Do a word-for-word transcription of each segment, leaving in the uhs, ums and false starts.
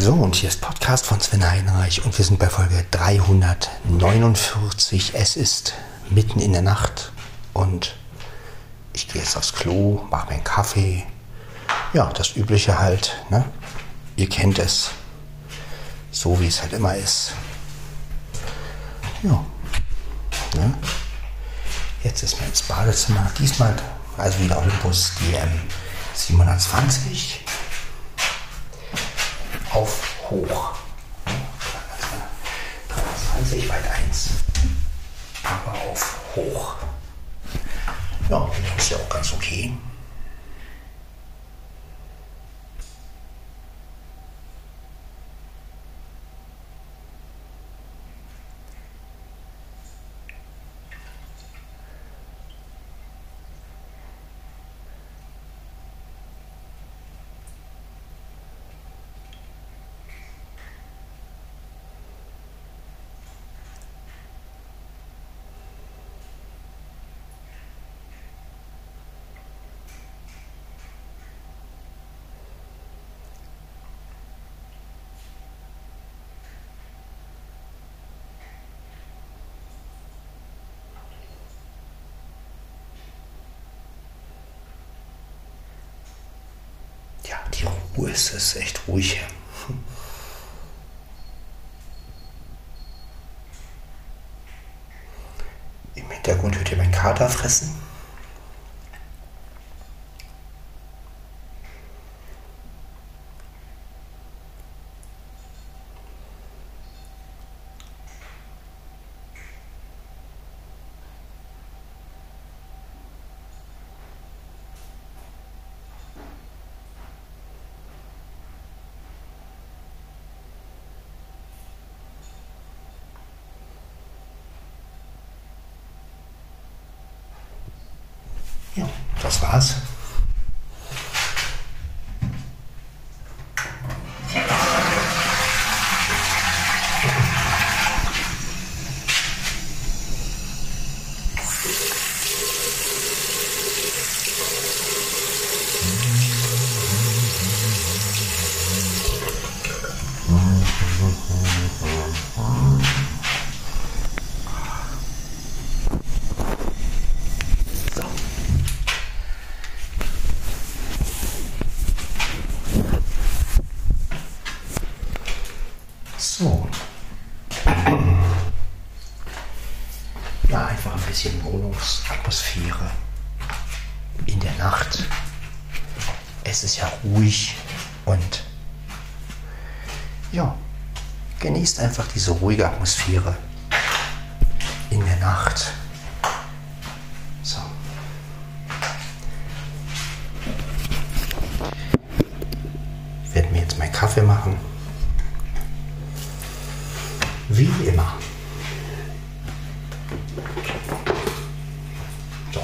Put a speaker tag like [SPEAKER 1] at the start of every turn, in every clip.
[SPEAKER 1] So, und hier ist Podcast von Sven Heinreich und wir sind bei Folge dreihundertneunundvierzig. Es ist mitten in der Nacht und ich gehe jetzt aufs Klo, mache mir einen Kaffee. Ja, das Übliche halt, ne? Ihr kennt es. So wie es halt immer ist. Ja. Ne? Jetzt ist man ins Badezimmer. Diesmal, also wieder Olympus D M siebenhundertzwanzig. Auf hoch. dreihundertzwanzig weit eins. Aber auf hoch. Ja, das ist ja auch ganz okay. Ja, die Ruhe ist es, echt ruhig hier. Im Hintergrund hört ihr meinen Kater fressen. Ja, das war's. So. Ja, einfach ein bisschen Wohnungsatmosphäre in der Nacht. Es ist ja ruhig und ja, genießt einfach diese ruhige Atmosphäre in der Nacht. So. Ich werde mir jetzt meinen Kaffee machen. Wie immer. So.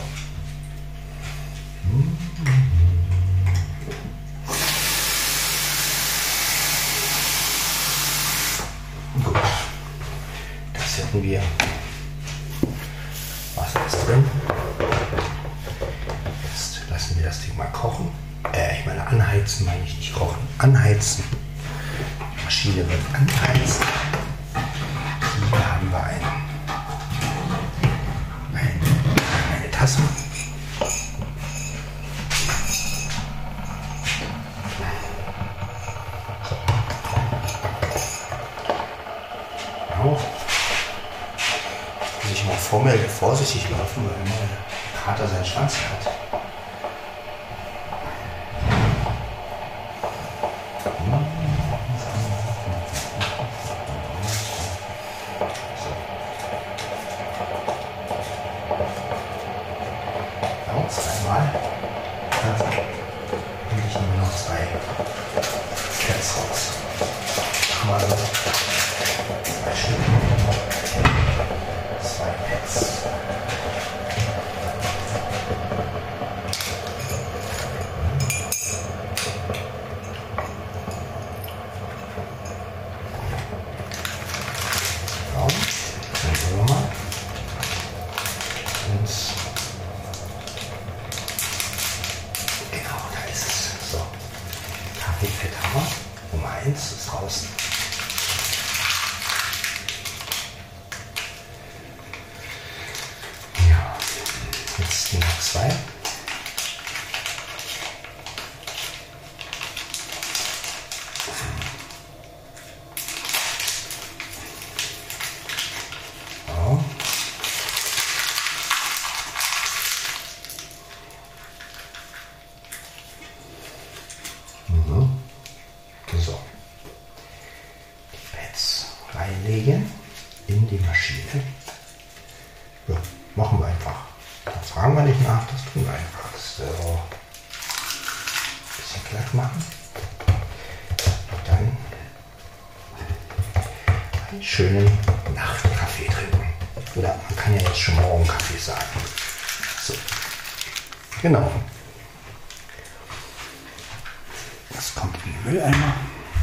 [SPEAKER 1] Gut. Das hätten wir. Wasser ist drin. Jetzt lassen wir das Ding mal kochen. Äh, ich meine anheizen, meine ich nicht kochen. Anheizen. Die Maschine wird anheizen. Hier haben wir ein, ein, eine Tasse. Genau. Muss ich mal vor mir vorsichtig laufen, weil immer der Kater seinen Schwanz hat. Zweimal. Und ich nehme noch zwei Cats raus. Machen wir also zwei Stück. Zwei Pets. So, dann sehen wir mal. Und Fett haben wir. Nummer eins ist draußen. Ja, jetzt die Nummer zwei. So, die Pads reinlegen in die Maschine. Ja, machen wir einfach. Das fragen wir nicht nach, das tun wir einfach. So, ein bisschen glatt machen. Und dann einen schönen Nachtkaffee trinken. Oder man kann ja jetzt schon Morgenkaffee sagen. So, genau. Das kommt in den Mülleimer.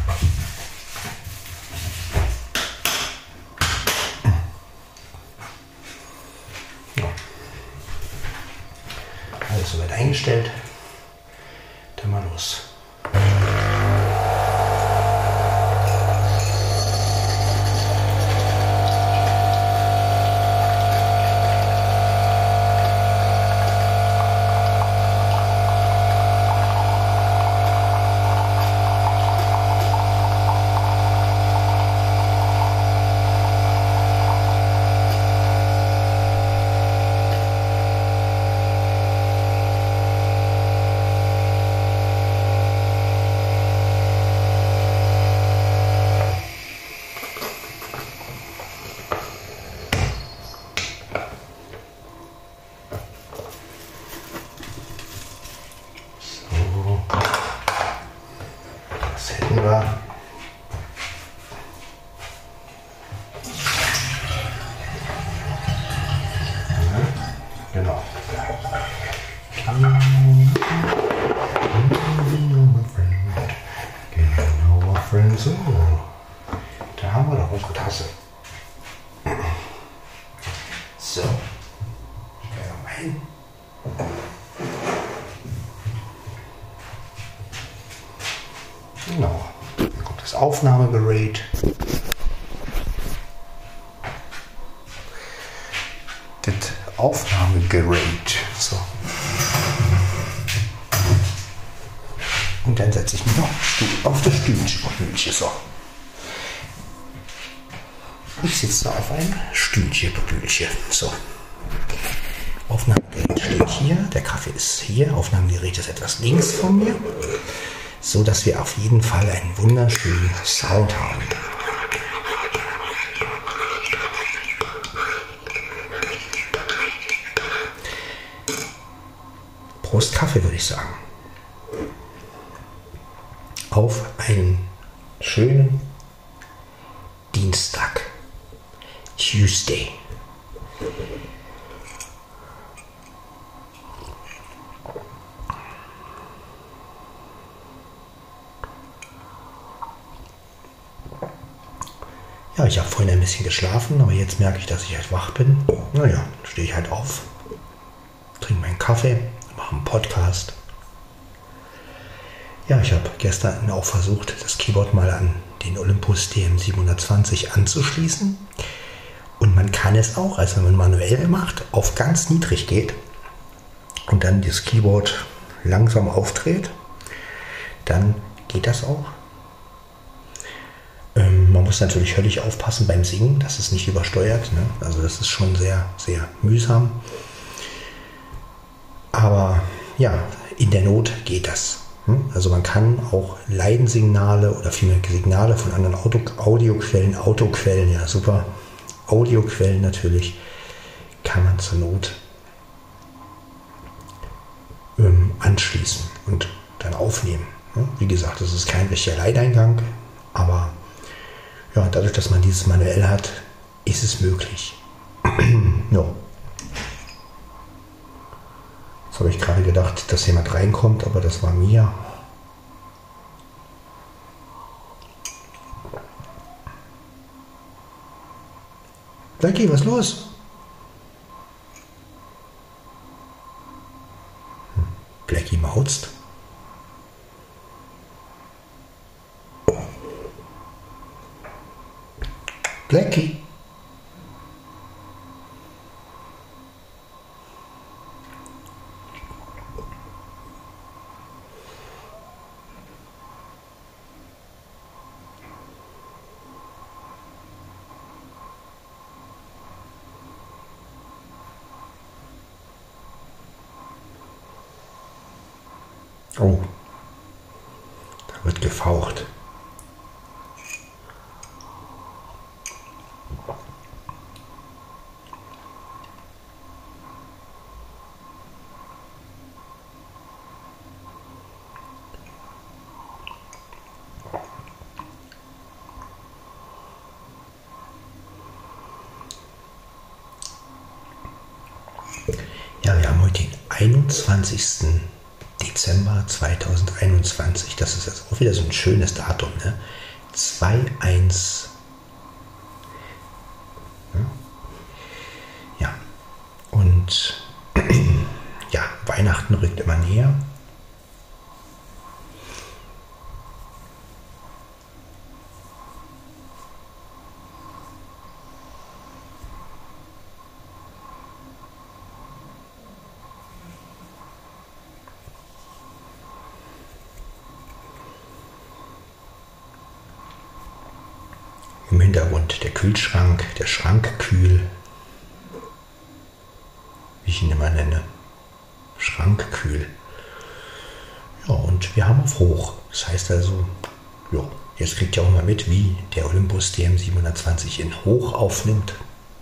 [SPEAKER 1] Ja. Alles soweit eingestellt. Dann mal los. Ja. Genau. Genau, friend. So. Da haben wir doch unsere Tasse. So. Rein. Genau. Dann kommt das Aufnahmegerät. Das Aufnahmegerät. So. Und dann setze ich mich noch auf das Stühlchen. So. Ich sitze auf einem Stühlchen. So. Aufnahmegerät steht hier. Der Kaffee ist hier. Aufnahmegerät ist etwas links von mir. So dass wir auf jeden Fall einen wunderschönen Sound haben. Prost Kaffee, würde ich sagen. Auf einen schönen Dienstag. Tuesday. Ja, ich habe vorhin ein bisschen geschlafen, aber jetzt merke ich, dass ich halt wach bin. Naja, stehe ich halt auf, trinke meinen Kaffee, mache einen Podcast. Ja, ich habe gestern auch versucht, das Keyboard mal an den Olympus D M siebenhundertzwanzig anzuschließen. Und man kann es auch, also wenn man manuell macht, auf ganz niedrig geht und dann das Keyboard langsam aufdreht, dann geht das auch. Ähm, man muss natürlich höllisch aufpassen beim Singen, dass es nicht übersteuert. Ne? Also das ist schon sehr, sehr mühsam. Aber ja, in der Not geht das. Hm? Also man kann auch Leidensignale oder vielmehr Signale von anderen Auto Audioquellen, Autoquellen, ja super, Audioquellen natürlich, kann man zur Not ähm, anschließen und dann aufnehmen. Ne? Wie gesagt, das ist kein richtiger Leiteingang, aber ja, dadurch, dass man dieses manuell hat, ist es möglich. Ja. Jetzt habe ich gerade gedacht, dass jemand reinkommt, aber das war Mia. Blackie, was ist los? Hm. Blackie mauzt. Blackie. Oh, da wird gefaucht. Ja, wir haben heute den einundzwanzigsten Dezember zweitausendeinundzwanzig. Das ist jetzt auch wieder so ein schönes Datum, ne? zwei eins. Ja, und ja, Weihnachten rückt immer näher. Im Hintergrund der Kühlschrank, der Schrankkühl, wie ich ihn immer nenne. Schrankkühl. Ja, und wir haben auf Hoch. Das heißt also, ja, jetzt kriegt ihr auch mal mit, wie der Olympus D M siebenhundertzwanzig in Hoch aufnimmt.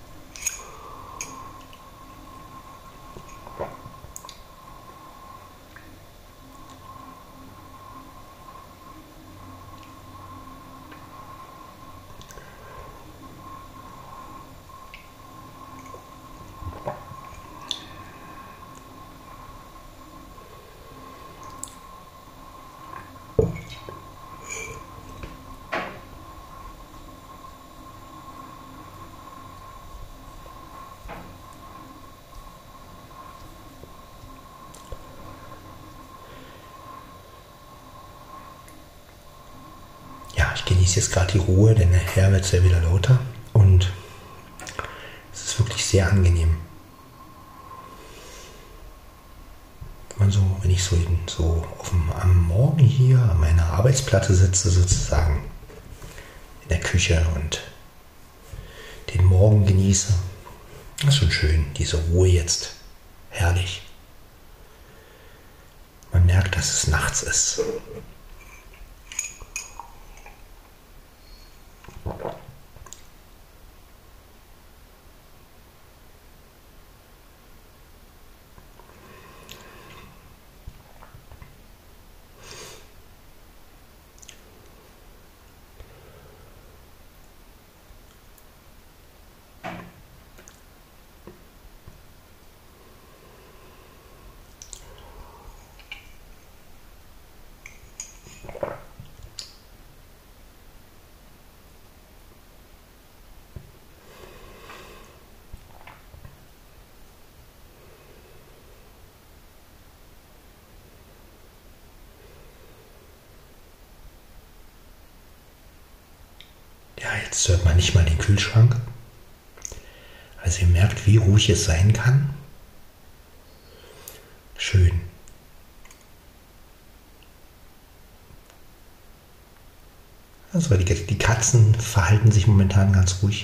[SPEAKER 1] Ich genieße jetzt gerade die Ruhe, denn nachher wird es ja wieder lauter und es ist wirklich sehr angenehm. Also, wenn ich so, so auf dem, am Morgen hier an meiner Arbeitsplatte sitze, sozusagen in der Küche und den Morgen genieße, das ist schon schön, diese Ruhe jetzt, herrlich. Man merkt, dass es nachts ist. Ja, jetzt hört man nicht mal den Kühlschrank. Also ihr merkt, wie ruhig es sein kann. Schön. Also die, die Katzen verhalten sich momentan ganz ruhig.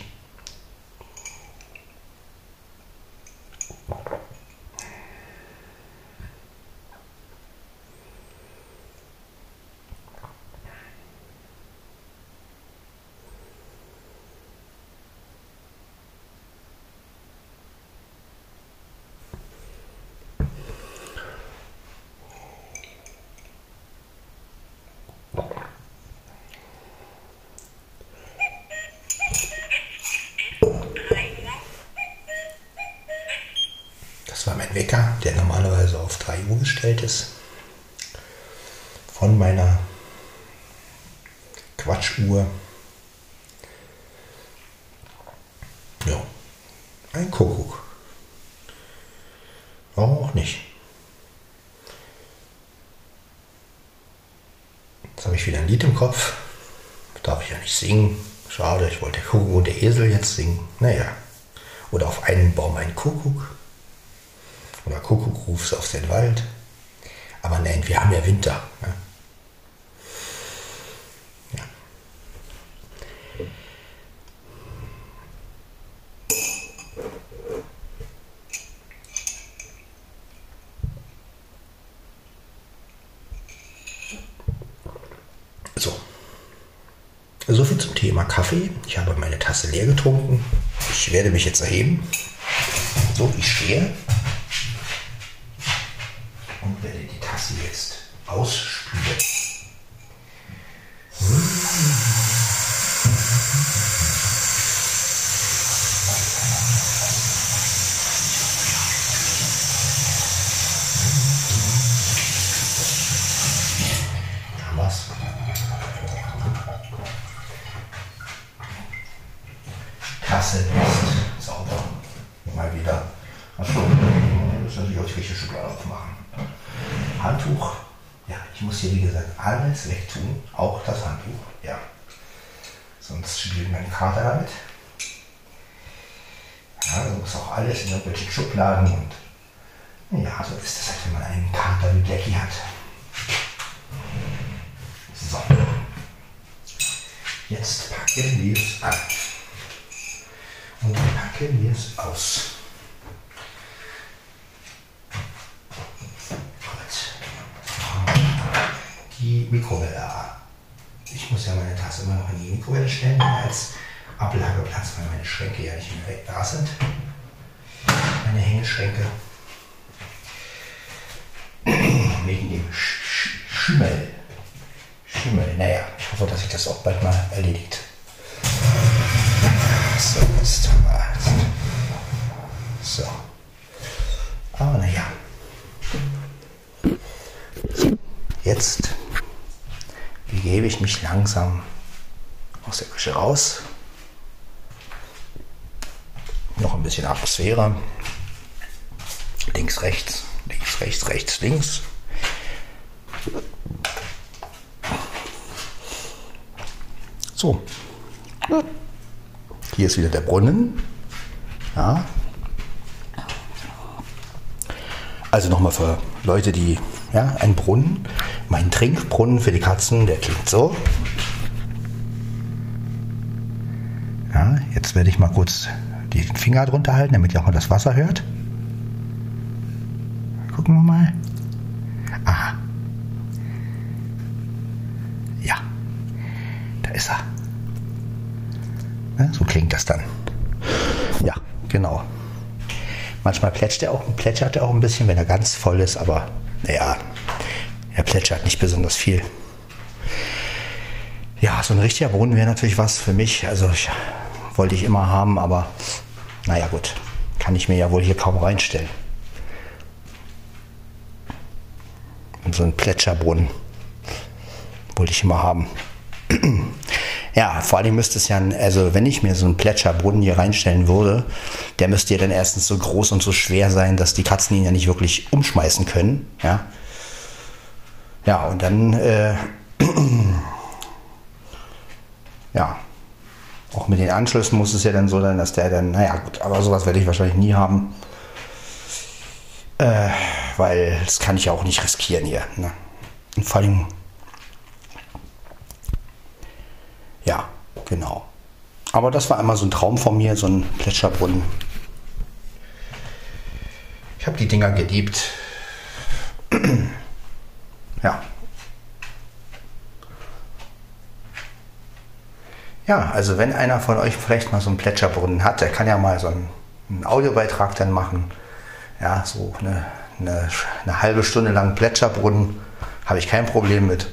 [SPEAKER 1] Das war mein Wecker, der normalerweise auf drei Uhr gestellt ist. Von meiner Quatschuhr. Ja, ein Kuckuck. Warum auch nicht? Jetzt habe ich wieder ein Lied im Kopf. Darf ich ja nicht singen. schade, ich wollte Kuckuck und der Esel jetzt singen. Naja. Oder auf einen Baum ein Kuckuck. Oder Kuckuck rufst aus dem Wald. Aber nein, wir haben ja Winter. Ne? Ja. So. So viel zum Thema Kaffee. Ich habe meine Tasse leer getrunken. Ich werde mich jetzt erheben. So, ich stehe. Und werde die Tasse jetzt ausspülen. Haben wir's. Tasse ist sauber. Mal wieder. Achso, wir müssen natürlich auch die richtige Schublade aufmachen. Handtuch. Ja, ich muss hier wie gesagt alles wegtun. Auch das Handtuch. Ja. Sonst spielt mein Kater damit. Ja, so muss auch alles in irgendwelchen Schubladen und ja, so ist es halt, wenn man einen Kater wie Blackie hat. So. Jetzt packen wir es an. Und dann packen wir es aus. Die Mikrowelle an. Ich muss ja meine Tasse immer noch in die Mikrowelle stellen, als Ablageplatz, weil meine Schränke ja nicht mehr weg da sind. Meine Hängeschränke. Wegen dem Sch Schimmel. Schimmel, naja, ich hoffe, dass sich das auch bald mal erledigt. So, jetzt haben wir. So. Aber naja. Jetzt begebe ich mich langsam aus der Küche raus. Noch ein bisschen Atmosphäre. Links, rechts, links, rechts, rechts, links. So. Hier ist wieder der Brunnen. Ja. Also nochmal für Leute, die, ja, ein Brunnen, mein Trinkbrunnen für die Katzen, der klingt so. Ja, jetzt werde ich mal kurz den Finger drunter halten, damit ihr auch mal das Wasser hört. Gucken wir mal. Aha. Ja, da ist er. Ja, so klingt das dann. Ja, genau. Manchmal plätschert er auch, plätschert er auch ein bisschen, wenn er ganz voll ist, aber naja, er plätschert nicht besonders viel. Ja, so ein richtiger Brunnen wäre natürlich was für mich. Also ich, wollte ich immer haben, aber naja gut, kann ich mir ja wohl hier kaum reinstellen. Und so ein Plätscherbrunnen wollte ich immer haben. Ja, vor allem müsste es ja, also wenn ich mir so einen Plätscherbrunnen hier reinstellen würde, der müsste ja dann erstens so groß und so schwer sein, dass die Katzen ihn ja nicht wirklich umschmeißen können. Ja, ja und dann, äh, ja, auch mit den Anschlüssen muss es ja dann so sein, dass der dann, naja gut, aber sowas werde ich wahrscheinlich nie haben. Äh, weil das kann ich ja auch nicht riskieren hier. Ne? Und vor allem, ja, genau. Aber das war einmal so ein Traum von mir, so ein Plätscherbrunnen. Ich habe die Dinger geliebt. Ja. Ja, also wenn einer von euch vielleicht mal so einen Plätscherbrunnen hat, der kann ja mal so einen, einen Audiobeitrag dann machen. Ja, so eine, eine, eine halbe Stunde lang Plätscherbrunnen, habe ich kein Problem mit.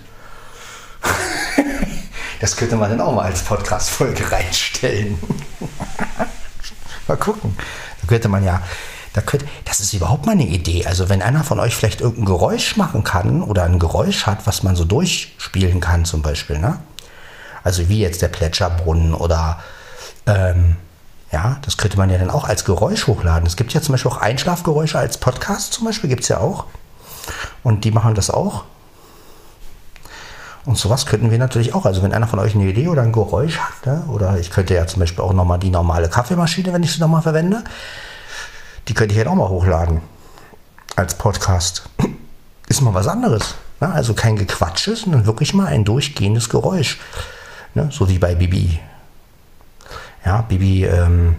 [SPEAKER 1] Das könnte man dann auch mal als Podcast-Folge reinstellen. Mal gucken. Da könnte man ja, da könnte, das ist überhaupt mal eine Idee. Also wenn einer von euch vielleicht irgendein Geräusch machen kann oder ein Geräusch hat, was man so durchspielen kann zum Beispiel, ne? Also wie jetzt der Plätscherbrunnen oder, ähm, ja, das könnte man ja dann auch als Geräusch hochladen. Es gibt ja zum Beispiel auch Einschlafgeräusche als Podcast zum Beispiel, gibt es ja auch. Und die machen das auch. Und sowas könnten wir natürlich auch. Also wenn einer von euch eine Idee oder ein Geräusch hat, ne? Oder ich könnte ja zum Beispiel auch nochmal die normale Kaffeemaschine, wenn ich sie nochmal verwende, die könnte ich halt auch mal hochladen als Podcast. Ist mal was anderes. Ne? Also kein Gequatsche, sondern wirklich mal ein durchgehendes Geräusch. Ne? So wie bei Bibi. Ja, Bibi, ähm,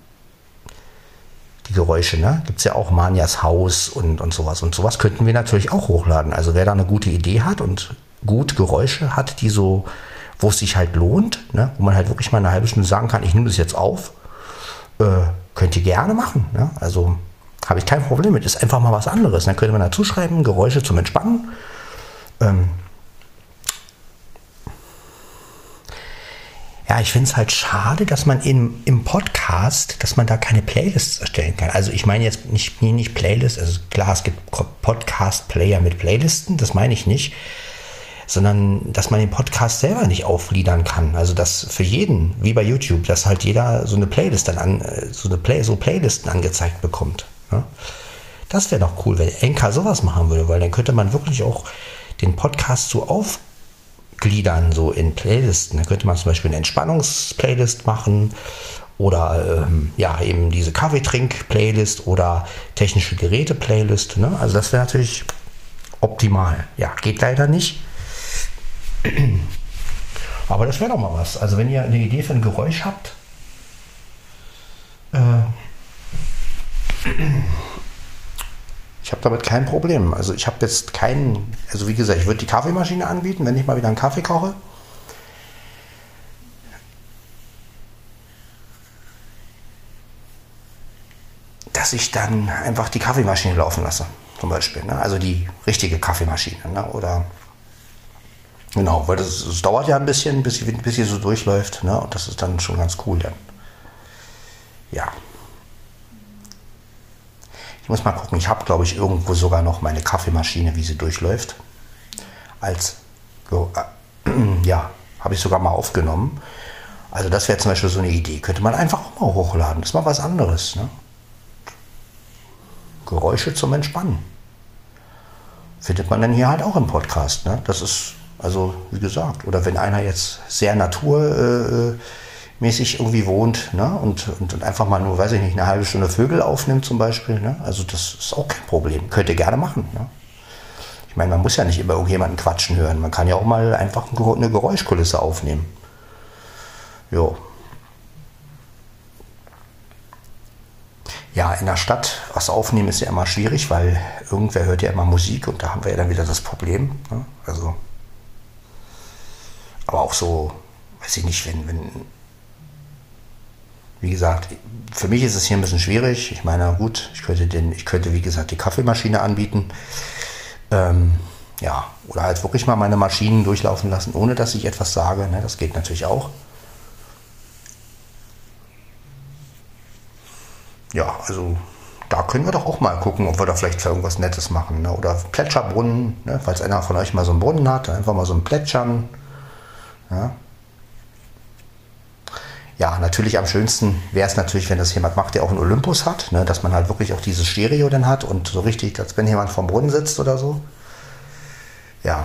[SPEAKER 1] die Geräusche, ne? Gibt es ja auch Manias Haus und, und sowas. Und sowas könnten wir natürlich auch hochladen. Also wer da eine gute Idee hat und gut Geräusche hat, die so, wo es sich halt lohnt, ne? Wo man halt wirklich mal eine halbe Stunde sagen kann, ich nehme das jetzt auf, äh, könnt ihr gerne machen. Ne? Also habe ich kein Problem mit. Ist einfach mal was anderes. Dann könnte man dazu schreiben, Geräusche zum Entspannen. Ähm, Ja, ich finde es halt schade, dass man in, im Podcast, dass man da keine Playlists erstellen kann. Also ich meine jetzt nicht, nicht Playlists, also klar, es gibt Podcast-Player mit Playlisten, das meine ich nicht, sondern dass man den Podcast selber nicht aufgliedern kann. Also dass für jeden, wie bei YouTube, dass halt jeder so eine Playlist dann an, so eine Play, so Playlisten angezeigt bekommt. Ja? Das wäre doch cool, wenn Anchor sowas machen würde, weil dann könnte man wirklich auch den Podcast so aufgliedern. Gliedern so in Playlisten. Da könnte man zum Beispiel eine Entspannungs-Playlist machen oder ähm, ja eben diese Kaffeetrink-Playlist oder technische Geräte-Playlist. Ne? Also das wäre natürlich optimal. Ja, geht leider nicht. Aber das wäre doch mal was. Also wenn ihr eine Idee für ein Geräusch habt, äh, ich habe damit kein Problem. Also ich habe jetzt keinen, also wie gesagt, ich würde die Kaffeemaschine anbieten, wenn ich mal wieder einen Kaffee koche. Dass ich dann einfach die Kaffeemaschine laufen lasse, zum Beispiel. Ne? Also die richtige Kaffeemaschine. Ne? Oder genau, weil das, das dauert ja ein bisschen, bis sie, bis sie so durchläuft. Ne? Und das ist dann schon ganz cool dann. Ja. Ich muss mal gucken, ich habe, glaube ich, irgendwo sogar noch meine Kaffeemaschine, wie sie durchläuft. Als, äh, ja, habe ich sogar mal aufgenommen. Also das wäre zum Beispiel so eine Idee. Könnte man einfach auch mal hochladen. Das ist mal was anderes. Ne? Geräusche zum Entspannen. Findet man dann hier halt auch im Podcast. Ne? Das ist, also wie gesagt, oder wenn einer jetzt sehr naturmäßig äh, irgendwie wohnt, ne? und, und, und einfach mal nur, weiß ich nicht, eine halbe Stunde Vögel aufnimmt zum Beispiel. Ne? Also das ist auch kein Problem. Könnt ihr gerne machen. Ne? Ich meine, man muss ja nicht immer irgendjemanden quatschen hören. Man kann ja auch mal einfach eine Geräuschkulisse aufnehmen. Jo. Ja, in der Stadt was aufnehmen ist ja immer schwierig, weil irgendwer hört ja immer Musik und da haben wir ja dann wieder das Problem. Ne? Also, aber auch so, weiß ich nicht, wenn, wenn, wie gesagt, für mich ist es hier ein bisschen schwierig. Ich meine, gut, ich könnte, den, ich könnte wie gesagt, die Kaffeemaschine anbieten. Ähm, ja, oder halt wirklich mal meine Maschinen durchlaufen lassen, ohne dass ich etwas sage. Ne? Das geht natürlich auch. Ja, also da können wir doch auch mal gucken, ob wir da vielleicht irgendwas Nettes machen. Ne? Oder Plätscherbrunnen, ne? Falls einer von euch mal so einen Brunnen hat, einfach mal so ein Plätschern. Ja, ja, natürlich am schönsten wäre es natürlich, wenn das jemand macht, der auch einen Olympus hat, ne? Dass man halt wirklich auch dieses Stereo dann hat und so richtig, als wenn jemand vorm Brunnen sitzt oder so. Ja.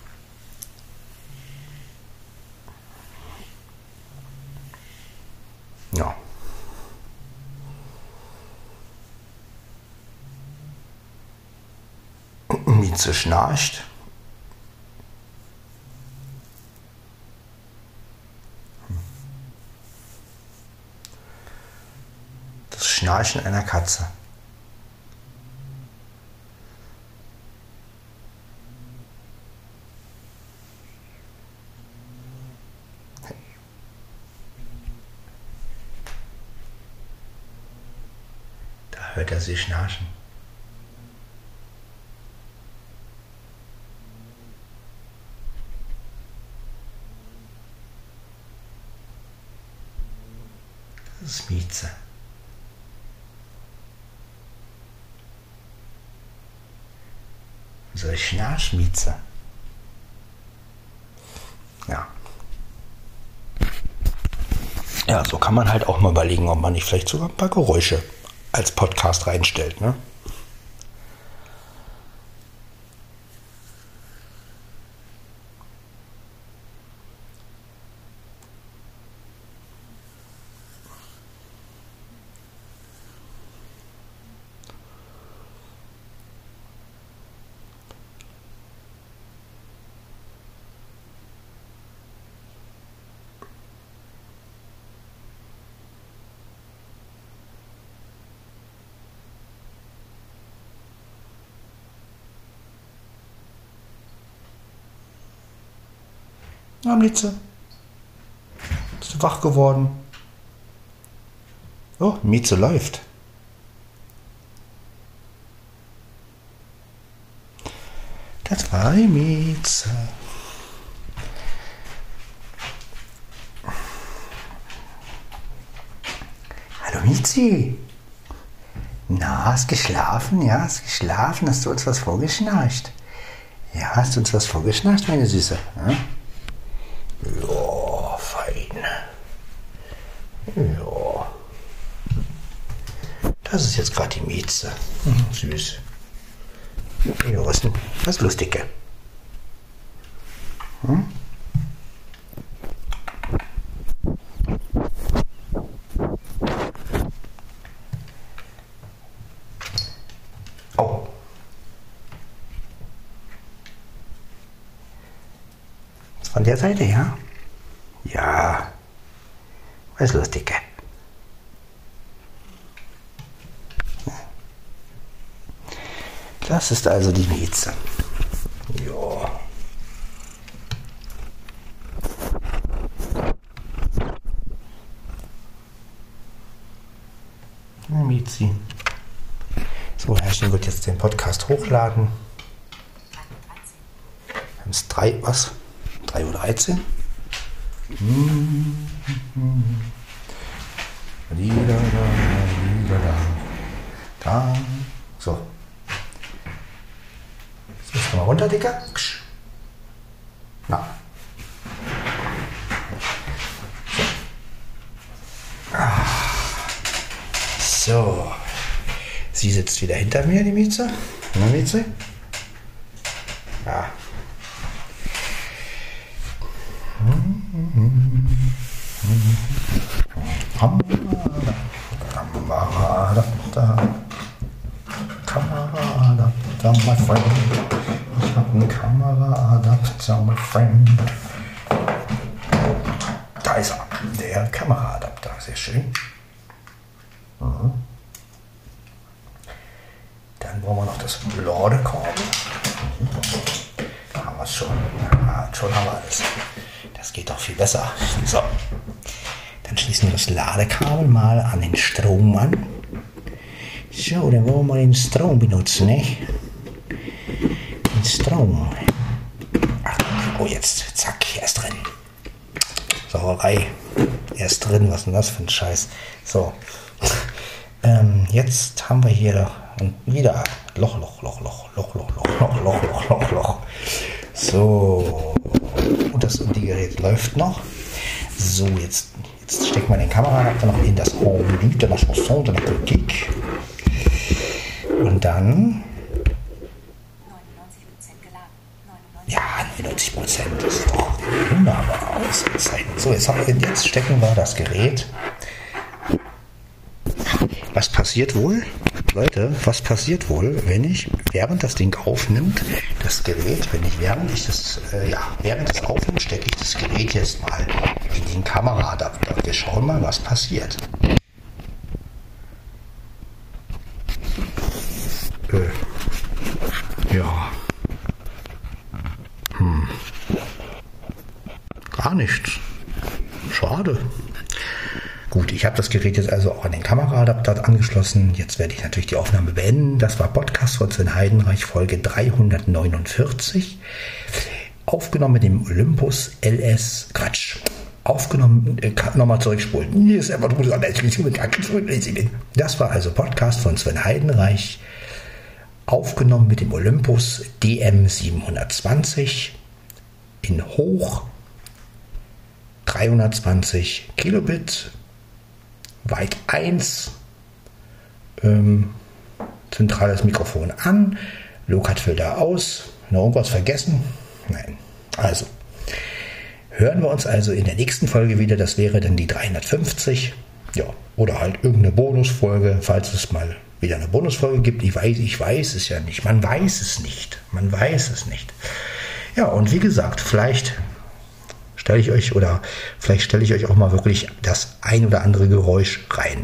[SPEAKER 1] Ja. Mieze schnarcht. Das Schnarchen einer Katze. Da hört er sie schnarchen. Das ist Mieze. So eine Schnarchmieze. Ja. Ja, so kann man halt auch mal überlegen, ob man nicht vielleicht sogar ein paar Geräusche als Podcast reinstellt, ne? Na, Mieze? Bist du wach geworden? Oh, Mieze läuft. Das war die Mieze. Hallo Miezi. Na, hast geschlafen? Ja, hast geschlafen? Hast du uns was vorgeschnarcht? Ja, hast du uns was vorgeschnarcht, meine Süße? Ja, ja, fein. Ja. Das ist jetzt gerade die Mieze. Hm, süß. Ja, was denn? Was Lustige? Hm? Oh. Von der Seite, ja? Ja. Was Lustige? Das ist also die Mieze. Ja. Miezi. So, Herrchen wird jetzt den Podcast hochladen. Wir haben es drei, was? drei Uhr dreizehn? Da. So. Jetzt müssen wir mal runter, Dicker. Na. So. Ah. So. Sie sitzt wieder hinter mir, die Mieze. Na, Mieze? Ja. Kamera, Kameraadapter, my friend. Ich hab einen Kameraadapter, my friend. Da ist er, der Kameraadapter. Sehr schön. Mhm. Dann brauchen wir noch das Ladekabel. Da haben wir es schon. Ja, schon haben wir alles. Das geht doch viel besser. So. Dann schließen wir das Ladekabel mal an den Strom an. So, dann wollen wir mal den Strom benutzen, ne? Den Strom. Ach, oh, jetzt. Zack, er ist drin. Sauerei. Er ist drin. Was ist denn das für ein Scheiß? So. Ähm, jetzt haben wir hier und wieder Loch, Loch, Loch, Loch, Loch, Loch, Loch, Loch, Loch, Loch, Loch, Loch. So. Und das und die Gerät läuft noch. So, jetzt, jetzt stecken wir den Kameraadapter noch in das Rendu de la Chanson de la Politique. Und dann.
[SPEAKER 2] neunundneunzig Prozent geladen.
[SPEAKER 1] Ja, neunundneunzig Prozent ist doch wunderbar ausgezeichnet. So, jetzt, haben wir, jetzt stecken wir das Gerät. Was passiert wohl? Leute, was passiert wohl, wenn ich, während das Ding aufnimmt, das Gerät, wenn ich während ich das, äh, ja, während es aufnimmt, stecke ich das Gerät jetzt mal in den Kameraadapter. Wir schauen mal, was passiert. Äh, ja. Hm. Gar nichts. Schade. Gut, ich habe das Gerät jetzt also auch an den Kameraadapter angeschlossen. Jetzt werde ich natürlich die Aufnahme beenden. Das war Podcast von Sven Heidenreich, Folge dreihundertneunundvierzig. Aufgenommen mit dem Olympus L S, Quatsch, aufgenommen, äh, nochmal zurückspulen. Hier ist einfach Das war also Podcast von Sven Heidenreich, aufgenommen mit dem Olympus D M siebenhundertzwanzig in hoch dreihundertzwanzig Kilobit, weit eins, ähm, zentrales Mikrofon an, Low-Cut-Filter aus, noch irgendwas vergessen? Nein. Also, hören wir uns also in der nächsten Folge wieder, das wäre dann die dreihundertfünfzig, ja, oder halt irgendeine Bonusfolge, falls es mal wieder eine Bonusfolge gibt. Ich weiß, ich weiß es ja nicht, man weiß es nicht, man weiß es nicht. Ja, und wie gesagt, vielleicht stelle ich euch oder vielleicht stelle ich euch auch mal wirklich das ein oder andere Geräusch rein.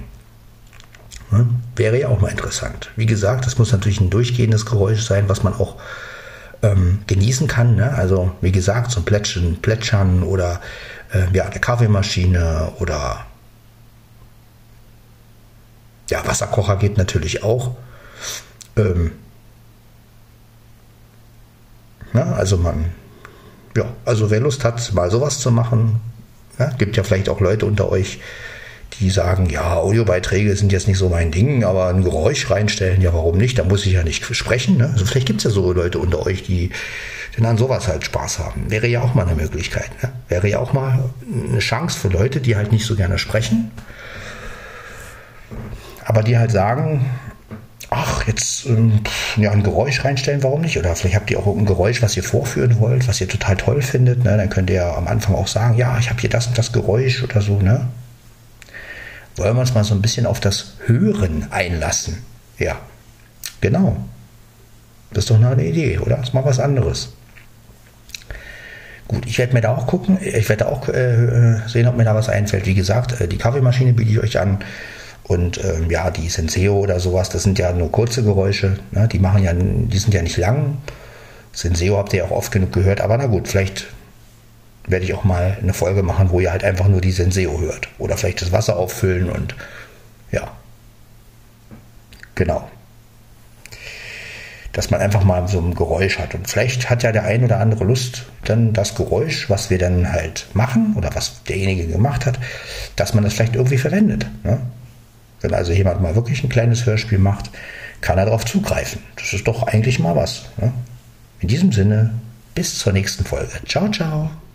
[SPEAKER 1] Hm? Wäre ja auch mal interessant. Wie gesagt, das muss natürlich ein durchgehendes Geräusch sein, was man auch ähm, genießen kann. Ne? Also wie gesagt, so ein Plätschern, Plätschern oder äh, ja, eine Kaffeemaschine oder ja, Wasserkocher geht natürlich auch. Ähm, ja, also man, ja, also wer Lust hat, mal sowas zu machen, ja, gibt ja vielleicht auch Leute unter euch, die sagen, ja, Audiobeiträge sind jetzt nicht so mein Ding, aber ein Geräusch reinstellen, ja, warum nicht? Da muss ich ja nicht sprechen. Ne? Also vielleicht gibt es ja so Leute unter euch, die denn an sowas halt Spaß haben. Wäre ja auch mal eine Möglichkeit. Ne? Wäre ja auch mal eine Chance für Leute, die halt nicht so gerne sprechen, aber die halt sagen, ach, jetzt ähm, ja, ein Geräusch reinstellen, warum nicht? Oder vielleicht habt ihr auch ein Geräusch, was ihr vorführen wollt, was ihr total toll findet. Ne? Dann könnt ihr ja am Anfang auch sagen, ja, ich habe hier das und das Geräusch oder so. Ne? Wollen wir uns mal so ein bisschen auf das Hören einlassen? Ja, genau. Das ist doch eine Idee, oder? Das ist mal was anderes. Gut, ich werde mir da auch gucken. Ich werde auch äh, sehen, ob mir da was einfällt. Wie gesagt, äh, die Kaffeemaschine biete ich euch an. Und ähm, ja, die Senseo oder sowas, das sind ja nur kurze Geräusche. Ne? Die machen ja, die sind ja nicht lang. Senseo habt ihr ja auch oft genug gehört. Aber na gut, vielleicht werde ich auch mal eine Folge machen, wo ihr halt einfach nur die Senseo hört. Oder vielleicht das Wasser auffüllen und ja. Genau. Dass man einfach mal so ein Geräusch hat. Und vielleicht hat ja der ein oder andere Lust, dann das Geräusch, was wir dann halt machen oder was derjenige gemacht hat, dass man das vielleicht irgendwie verwendet. Ne? Wenn also jemand mal wirklich ein kleines Hörspiel macht, kann er darauf zugreifen. Das ist doch eigentlich mal was. Ne? In diesem Sinne, bis zur nächsten Folge. Ciao, ciao.